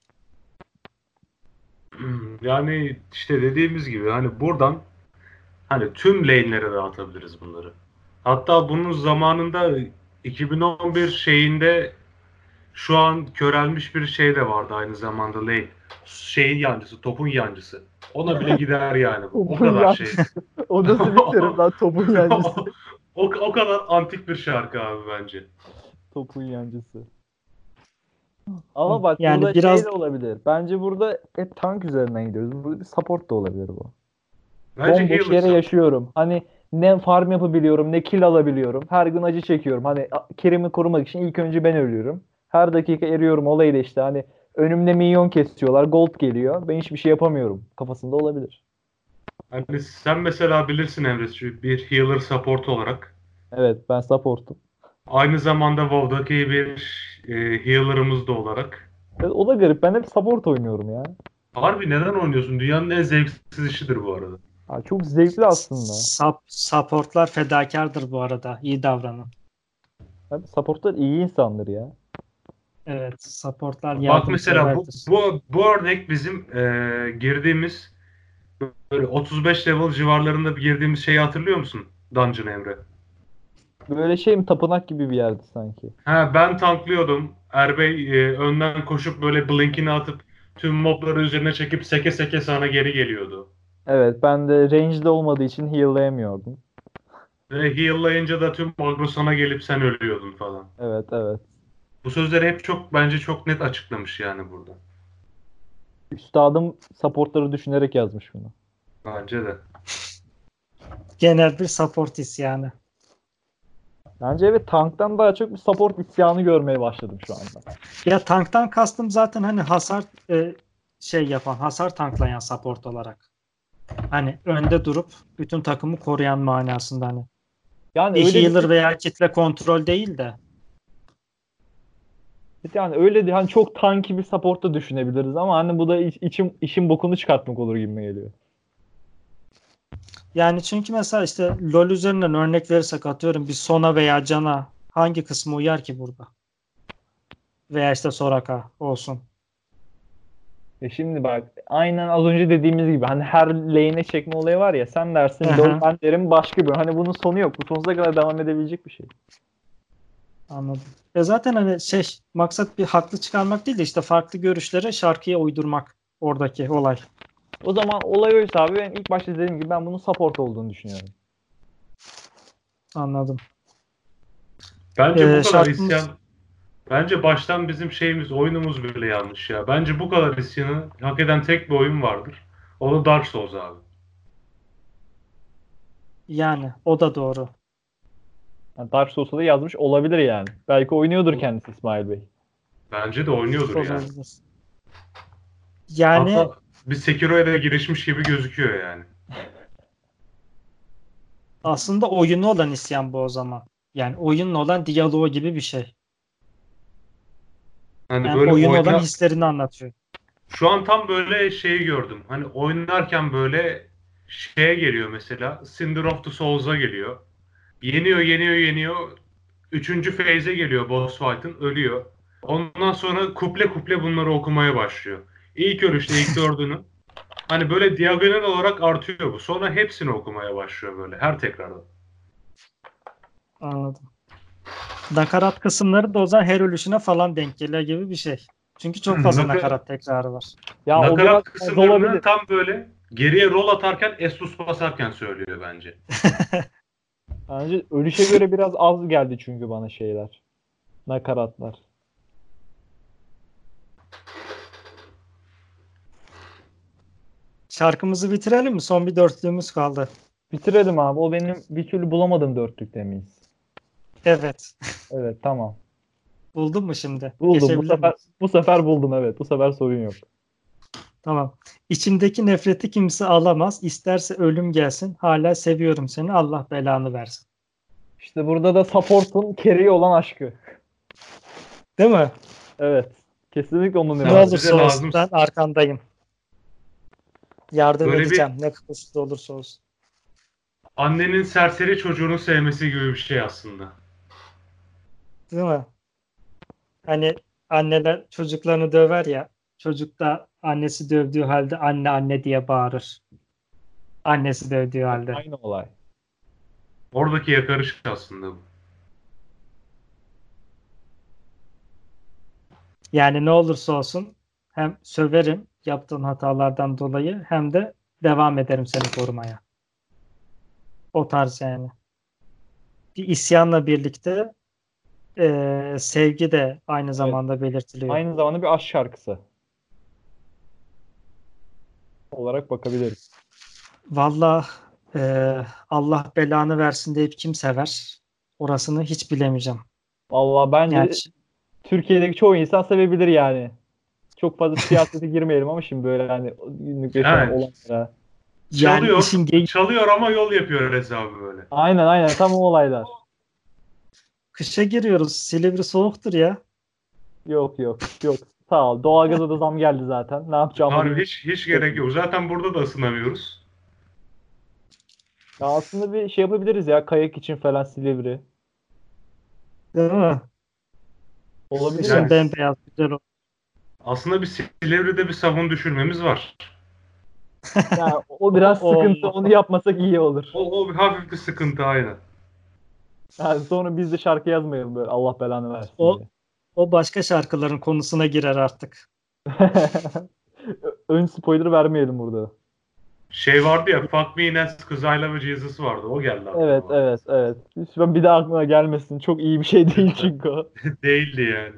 Yani işte dediğimiz gibi hani buradan hani tüm lane'lere dağıtabiliriz bunları. Hatta bunun zamanında iki bin on bir şeyinde şu an körelmiş bir şey de vardı aynı zamanda lane. Şeyin yancısı, topun yancısı. Ona bile gider yani bu. O Topun kadar şey. yancısı. O nasıl bir terim lan, topun yancısı? o, o kadar antik bir şarkı abi bence. Topun yancısı. Ama bak Yani burada şey biraz de olabilir. Bence burada hep tank üzerinden gidiyoruz. Burada bir support da olabilir bu. Bence Bomboş healer yere support. yaşıyorum. Hani ne farm yapabiliyorum, ne kill alabiliyorum. Her gün acı çekiyorum. Hani a- Kerim'i korumak için ilk önce ben ölüyorum. Her dakika eriyorum, olayı da işte hani önümde minyon kesiyorlar, gold geliyor. Ben hiçbir şey yapamıyorum. Kafasında olabilir. Hani sen mesela bilirsin Emre, şu bir healer support olarak. Evet, ben supportum. Aynı zamanda WoW'daki bir e, healer'ımız da olarak. Evet, o da garip. Ben hep support oynuyorum ya. Harbi neden oynuyorsun? Dünyanın en zevksiz işidir bu arada. Ha, çok zevkli aslında. sap, supportlar fedakardır bu arada. İyi davranın. Abi, supportlar iyi insandır ya. Evet, supportlar Bak mesela bu yardımseverdir. bu, bu örnek bizim e, girdiğimiz böyle otuz beş level civarlarında bir girdiğimiz şeyi hatırlıyor musun? Dungeon Emre. Böyle şey mi, tapınak gibi bir yerdi sanki. Ha, ben tanklıyordum. Erbey e, önden koşup böyle blinkini atıp tüm mobları üzerine çekip seke seke sana geri geliyordu. Evet, ben de range'de olmadığı için heal'layamıyordum. Ve heal'layınca da tüm agro sana gelip sen ölüyordun falan. Evet, evet. Bu sözleri hep çok bence çok net açıklamış yani burada. Üstadım supportları düşünerek yazmış bunu. Bence de. Genel bir support isyanı. Bence evet, tanktan daha çok bir support isyanı görmeye başladım şu anda. Ya tanktan kastım zaten hani hasar e, şey yapan, hasar tanklayan support olarak. Hani önde durup bütün takımı koruyan manasında hani. Yani Bir öyle healer düşün, veya kitle kontrol değil de. yani öyle de hani çok tanki bir support da düşünebiliriz ama hani bu da iç- içim, işin bokunu çıkartmak olur gibi geliyor. Yani çünkü mesela işte LoL üzerinden örnek verirsek atıyorum bir Sona veya Can'a hangi kısmı uyar ki burada? Veya işte Soraka olsun. E şimdi bak, aynen az önce dediğimiz gibi hani her lane'e çekme olayı var ya, sen dersin Hı LoL, hı, ben derim başka bir. Hani bunun sonu yok. Bu sonsuza kadar devam edebilecek bir şey. anladım. E zaten hani şey maksat bir haklı çıkarmak değil de işte farklı görüşlere şarkıya uydurmak oradaki olay. O zaman olay oysa abi, ben ilk başta dediğim gibi ben bunun support olduğunu düşünüyorum. Anladım. Bence bu E, kadar şarkımız isyan. Bence baştan bizim şeyimiz, oyunumuz bile yanlış ya. Bence bu kadar isyanı hak eden tek bir oyun vardır. O da Dark Souls abi. yani o da doğru. Yani Dark Souls'u da yazmış olabilir yani. Belki oynuyordur kendisi İsmail Bey. Bence de oynuyordur yani. Olabilir. Yani Hatta bir Sekiro'ya da girişmiş gibi gözüküyor yani. aslında oyunu olan isyan bu o zaman. Yani oyunla olan diyaloğu gibi bir şey. Hani Yani böyle oyun olan oyna... hislerini anlatıyor. Şu an tam böyle şeyi gördüm. Hani oynarken böyle şeye geliyor mesela. Cinder of the Souls'a geliyor. Yeniyor, yeniyor, yeniyor. Üçüncü phase'e geliyor boss fight'ın. Ölüyor. Ondan sonra kuple kuple bunları okumaya başlıyor. İlk ölüşte ilk dördünü. Hani böyle diagonal olarak artıyor bu. Sonra hepsini okumaya başlıyor böyle her tekrarda. Anladım. Nakarat kısımları da o zaman her ölüşüne falan denk geliyor gibi bir şey. Çünkü çok fazla Naka- nakarat tekrarı var. Ya o biraz Nakarat fazla kısımlarını olabilir. tam böyle geriye rol atarken Estus basarken söylüyor bence. Bence ölüşe göre biraz az geldi çünkü bana şeyler. Nakaratlar. Şarkımızı bitirelim mi? Son bir dörtlüğümüz kaldı. Bitirelim abi. O benim bir türlü bulamadığım dörtlükte miyiz? Evet. Evet, tamam. Buldun mu şimdi? Buldum. Bu Geçebilir sefer miyiz? bu sefer buldum, evet. Bu sefer sorun yok. Tamam. İçimdeki nefreti kimse alamaz. İsterse ölüm gelsin. Hala seviyorum seni. Allah belanı versin. İşte burada da support'un Carrie'ye olan aşkı. Değil mi? Evet. Kesinlikle onun Ne Ya, nefreti. bize olursa olsun lazım. ben arkandayım. Yardım Böyle bir- edeceğim. Ne koşulda olursa olsun. Annenin serseri çocuğunu sevmesi gibi bir şey aslında. Değil mi? Hani anneler çocuklarını döver ya. Çocuk da annesi dövdüğü halde anne anne diye bağırır. Annesi dövdüğü halde. Aynı olay. Oradaki yakarış aslında bu. Yani ne olursa olsun hem söverim yaptığın hatalardan dolayı hem de devam ederim seni korumaya. O tarz yani. Bir isyanla birlikte eee, sevgi de aynı zamanda belirtiliyor. Aynı zamanda bir aşk şarkısı olarak bakabiliriz. Vallahi eee, Allah belanı versin deyip kim sever? Orasını hiç bilemeyeceğim. Vallahi bence Yani, Türkiye'deki çoğu insan sevebilir yani. Çok fazla siyasete girmeyelim ama şimdi böyle hani günlük yaşanan Yani. olaylara. yani Çalıyor, işin geyi- çalıyor ama yol yapıyor hesabı böyle. Aynen aynen tam o olaylar. kışa giriyoruz. Silivri soğuktur ya. Yok yok yok. Sağ ol. Doğalgaza da zam geldi zaten. Ne yapacağımı Harbi bilmiyorum. hiç hiç gerek yok. Zaten burada da ısınamıyoruz. Ya aslında bir şey yapabiliriz ya. Kayak için falan Silivri. Değil mi? Olabilir Kışın yani. bembeyaz güzel olur. Aslında bir Silivri'de bir sabun düşürmemiz var. Ya o biraz O- sıkıntı. o- Onu yapmasak iyi olur. O, o bir hafif bir sıkıntı aynen. Yani sonra biz de şarkı yazmayalım böyle Allah belanı versin O- diye. O başka şarkıların konusuna girer artık. Ön spoiler vermeyelim burada. Şey vardı ya, Fuck Me Next Cause I Love Jesus vardı. O geldi aklıma. Evet evet evet. Lütfen bir daha aklına gelmesin. Çok iyi bir şey değil çünkü o. Değildi yani.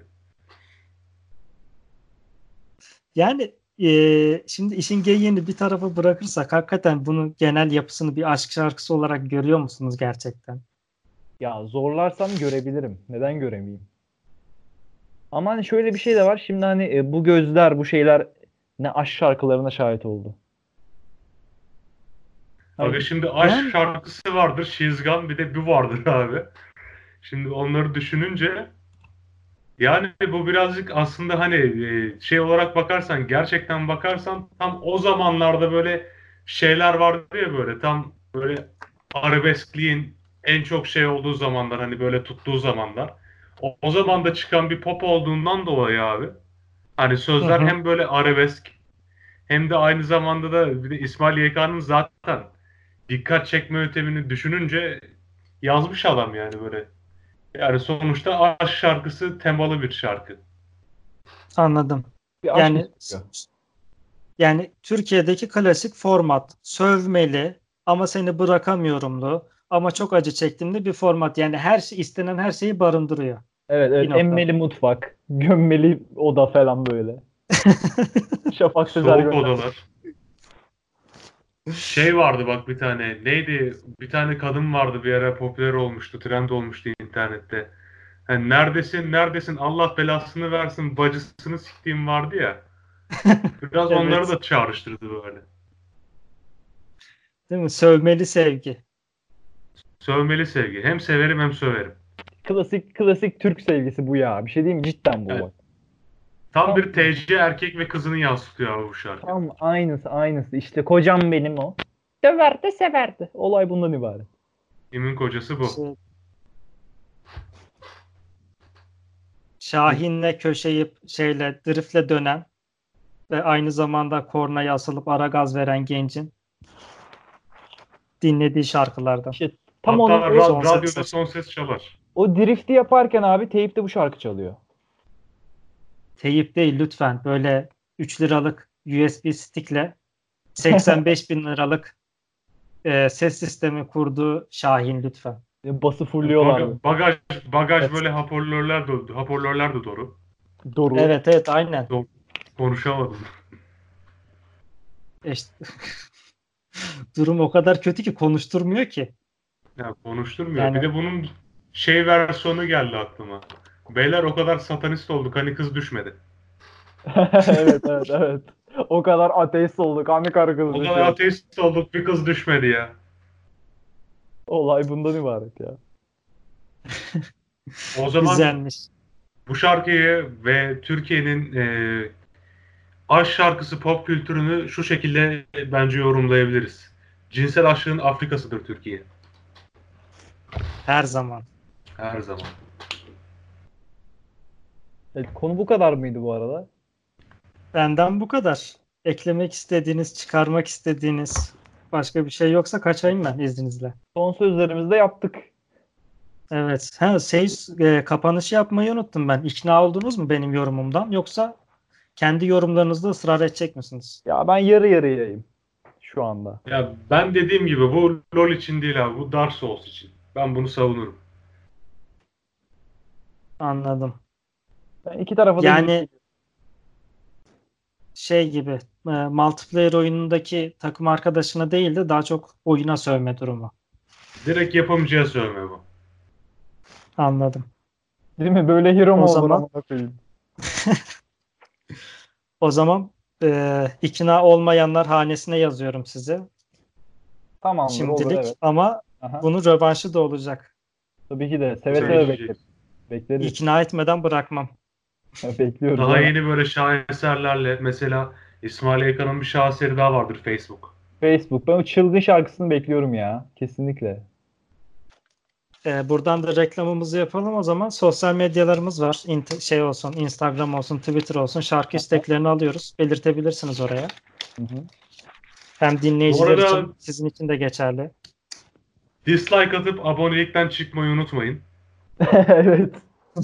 Yani eee, şimdi işin geyiğini bir tarafa bırakırsak hakikaten bunun genel yapısını bir aşk şarkısı olarak görüyor musunuz gerçekten? Ya zorlarsam görebilirim. Neden göremeyeyim? Ama hani şöyle bir şey de var. Şimdi hani e, bu gözler, bu şeyler ne aşk şarkılarına şahit oldu. Aga Hani şimdi aşk Yani- şarkısı vardır, She's Gone, bir de bu vardır abi. Şimdi onları düşününce yani bu birazcık aslında hani e, şey olarak bakarsan, gerçekten bakarsan tam o zamanlarda böyle şeyler vardı ya, böyle tam böyle arabeskliğin en çok şey olduğu zamanlar, hani böyle tuttuğu zamanlar. O, o zaman da çıkan bir pop olduğundan dolayı abi. Hani sözler Hı hı. hem böyle arabesk hem de aynı zamanda da bir de İsmail Y K'nın zaten dikkat çekme yöntemini düşününce yazmış adam yani böyle. Yani sonuçta aşk şarkısı temalı bir şarkı. Anladım. bir aşk Yani istiyor. yani Türkiye'deki klasik format sövmeli ama seni bırakamıyorumlu ama çok acı çektiğimde bir format. Yani her şey istenen her şeyi barındırıyor. Evet Bir evet. nokta. Emmeli mutfak, gömmeli oda falan böyle. Şafak Sezer Soğuk gönder. odalar. Şey vardı bak, bir tane neydi, bir tane kadın vardı, bir ara popüler olmuştu, trend olmuştu internette. Hani neredesin neredesin Allah belasını versin bacısını siktiğim vardı ya. Biraz Evet. onları da çağrıştırdı böyle. Değil mi? Sövmeli sevgi. Sövmeli sevgi. Hem severim hem söverim. Klasik klasik Türk sevgisi bu ya. Bir şey diyeyim mi? Cidden bu Evet. bak. Tam bir T C erkek ve kızını yansıtıyor abi bu şarkı. Tam aynısı aynısı. İşte kocam benim o. Severdi severdi. Olay bundan ibaret. Kimin kocası bu? Şey, Şahin'le köşeyi şeyle driftle dönen ve aynı zamanda kornaya asılıp ara gaz veren gencin dinlediği şarkılardan. İşte tam Hatta onun ra- son radyoda ses. son ses çalar. o drifti yaparken abi teyipte bu şarkı çalıyor. Teyip değil lütfen. Böyle üç liralık U S B stickle seksen beş bin liralık e, ses sistemi kurduğu Şahin lütfen. Bası fulluyorlardı. Baga- bagaj bagaj Evet. böyle hoparlörler de hoparlörler de doğru. Doğru. Evet evet aynen. Konuşamadım. İşte, durum o kadar kötü ki konuşturmuyor ki. Ya konuşturmuyor. Yani- Bir de bunun şey versiyonu geldi aklıma. Beyler o kadar satanist olduk hani kız düşmedi. Evet evet evet. O kadar ateist olduk. Hani karı kız O kadar düşüyor. ateist olduk bir kız düşmedi ya. Olay bundan ibaret ya. O zaman Güzelmiş. bu şarkıyı ve Türkiye'nin e, aşk şarkısı pop kültürünü şu şekilde bence yorumlayabiliriz. Cinsel aşkın Afrika'sıdır Türkiye. Her zaman. Her zaman. Evet, konu bu kadar mıydı bu arada? Benden bu kadar. Eklemek istediğiniz, çıkarmak istediğiniz başka bir şey yoksa kaçayım ben izninizle. Son sözlerimizi de yaptık. Evet. Ha, şey, e, kapanışı yapmayı unuttum ben. İkna oldunuz mu benim yorumumdan yoksa kendi yorumlarınızda ısrar edecek misiniz? Ya ben yarı yarıyayım şu anda. Ya ben dediğim gibi bu LoL için değil abi. Bu Dark Souls için. Ben bunu savunurum. Anladım. Ben iki tarafa da Yani şey gibi e, multiplayer oyunundaki takım arkadaşına değil de daha çok oyuna sövme durumu. Direkt yapımcıya sövme bu. Anladım. değil mi? Böyle hero mu O olur zaman- amına koyayım? O zaman e, ikna olmayanlar hanesine yazıyorum sizi Tamamdır şimdilik olur evet. ama Aha. bunun rövanşı da olacak. Tabii ki de seve Güzel seve işleyecek. bekleriz. Bekleriz. İkna etmeden bırakmam. Bekliyoruz. Daha hemen. yeni böyle şaheserlerle mesela İsmail Yakan'ın bir şaheseri daha vardır Facebook. Facebook. Ben o çılgın şarkısını bekliyorum ya. Kesinlikle. E, buradan da reklamımızı yapalım o zaman. Sosyal medyalarımız var. İnt- şey olsun, Instagram olsun, Twitter olsun. Şarkı isteklerini alıyoruz. Belirtebilirsiniz oraya. Hı hı. Hem dinleyiciler Bu arada- için, sizin için de geçerli. Dislike atıp abonelikten çıkmayı unutmayın. Evet.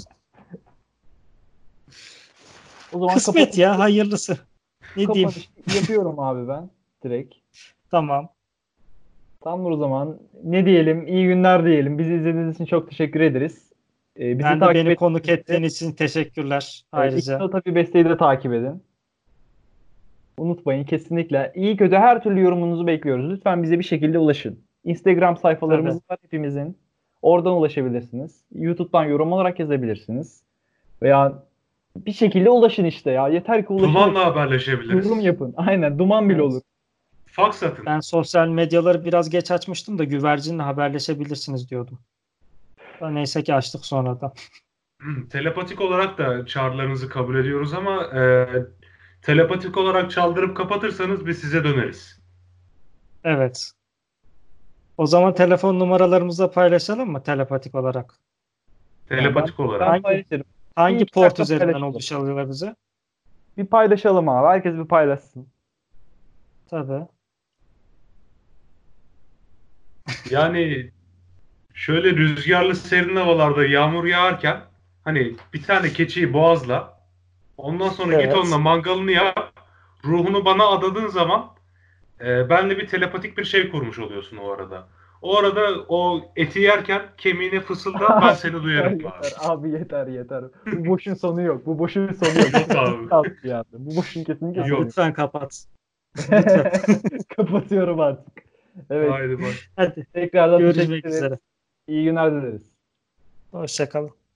O zaman Kısmet kapanış- ya, hayırlısı. Ne diyeyim? kapanış yapıyorum abi ben direkt. Tamam. Tamam o zaman ne diyelim? İyi günler diyelim. Bizi izlediğiniz için çok teşekkür ederiz. Ee, bizi Ben de takip beni ettiğiniz konuk için- ettiğiniz için teşekkürler Evet, ayrıca. İki Nota Bir Beste'yi de takip edin. Unutmayın kesinlikle. İyi kötü her türlü yorumunuzu bekliyoruz. Lütfen bize bir şekilde ulaşın. Instagram sayfalarımız Evet. var hepimizin. Oradan ulaşabilirsiniz. YouTube'dan yorum olarak yazabilirsiniz. Veya bir şekilde ulaşın işte ya. Yeter ki ulaşın. Dumanla haberleşebiliriz. Yorum yapın. Aynen. Duman bile Evet. olur. Fax atın. Ben sosyal medyaları biraz geç açmıştım da güvercinle haberleşebilirsiniz diyordum. Da neyse ki açtık sonradan. Hmm, Telepatik olarak da çağrılarınızı kabul ediyoruz ama e, telepatik olarak çaldırıp kapatırsanız biz size döneriz. Evet. O zaman telefon numaralarımızı da paylaşalım mı telepatik olarak? Telepatik Ben- olarak. Ben Hangi- paylaşırım. Hangi İlk port dakika üzerinden paylaşalım. ulaşılıyor bize? Bir paylaşalım abi. Herkes bir paylaşsın. Tabii. Yani şöyle rüzgarlı serin havalarda yağmur yağarken hani bir tane keçiyi boğazla ondan sonra Evet. git onunla mangalını yap ruhunu bana adadığın zaman e, benle bir telepatik bir şey kurmuş oluyorsun o arada. O arada o eti yerken kemiğine fısılda ben seni duyarım yeter, abi. yeter. Abi yeter yeter. Bu boşun sonu yok. Bu boşun sonu yok. Yok abi. Kaldı yani. Bu boşun kesinlikle Ya sonu yok. lütfen kapat. Lütfen. Kapatıyorum artık. Evet. Haydi bak. Hadi Tekrardan görüşmek teşekkür ederiz. üzere. İyi günler dileriz. Hoşça kalın.